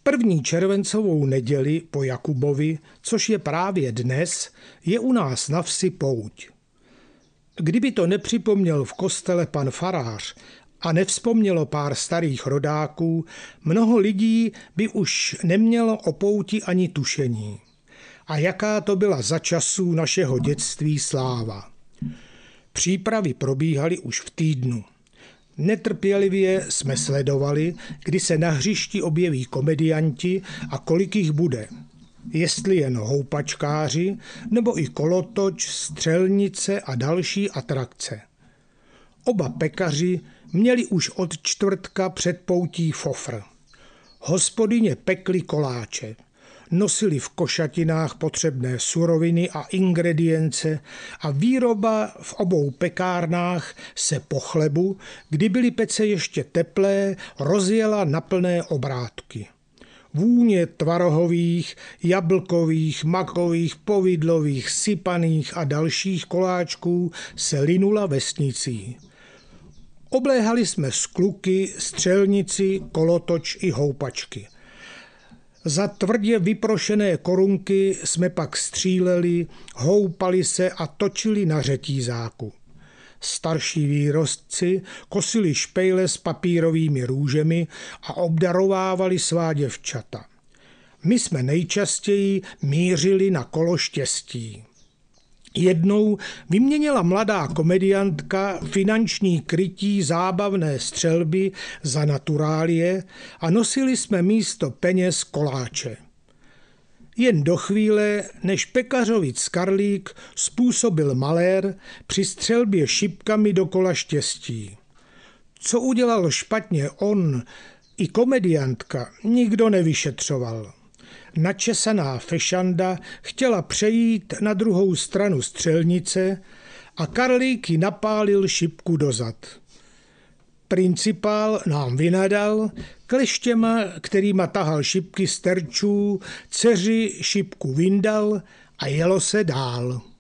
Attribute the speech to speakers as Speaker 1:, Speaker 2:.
Speaker 1: První červencovou neděli po Jakubovi, což je právě dnes, je u nás na vsi pouť. Kdyby to nepřipomněl v kostele pan farář a nevzpomnělo pár starých rodáků, mnoho lidí by už nemělo o pouti ani tušení. A jaká to byla za časů našeho dětství sláva. Přípravy probíhaly už v týdnu. Netrpělivě jsme sledovali, kdy se na hřišti objeví komedianti a kolik jich bude. Jestli jen houpačkáři, nebo i kolotoč, střelnice a další atrakce. Oba pekaři měli už od čtvrtka před poutí fofr. Hospodyně pekli koláče. Nosili v košatinách potřebné suroviny a ingredience a výroba v obou pekárnách se po chlebu, kdy byly pece ještě teplé, rozjela na plné obrátky. Vůně tvarohových, jablkových, makových, povidlových, sypaných a dalších koláčků se linula vesnicí. Obléhali jsme skluky, střelnici, kolotoč i houpačky. Za tvrdě vyprošené korunky jsme pak stříleli, houpali se a točili na řetízáku. Starší výrostci kosili špejle s papírovými růžemi a obdarovávali svá děvčata. My jsme nejčastěji mířili na kolo štěstí. Jednou vyměnila mladá komediantka finanční krytí zábavné střelby za naturálie a nosili jsme místo peněz koláče. Jen do chvíle, než pekařovic Karlík způsobil malér při střelbě šipkami do kola štěstí. Co udělal špatně on i komediantka, nikdo nevyšetřoval. Načesaná fešanda chtěla přejít na druhou stranu střelnice a Karlík ji napálil šipku do zad. Principál nám vynadal, kleštěma, kterýma tahal šipky z terčů, dceři šipku vyndal a jelo se dál.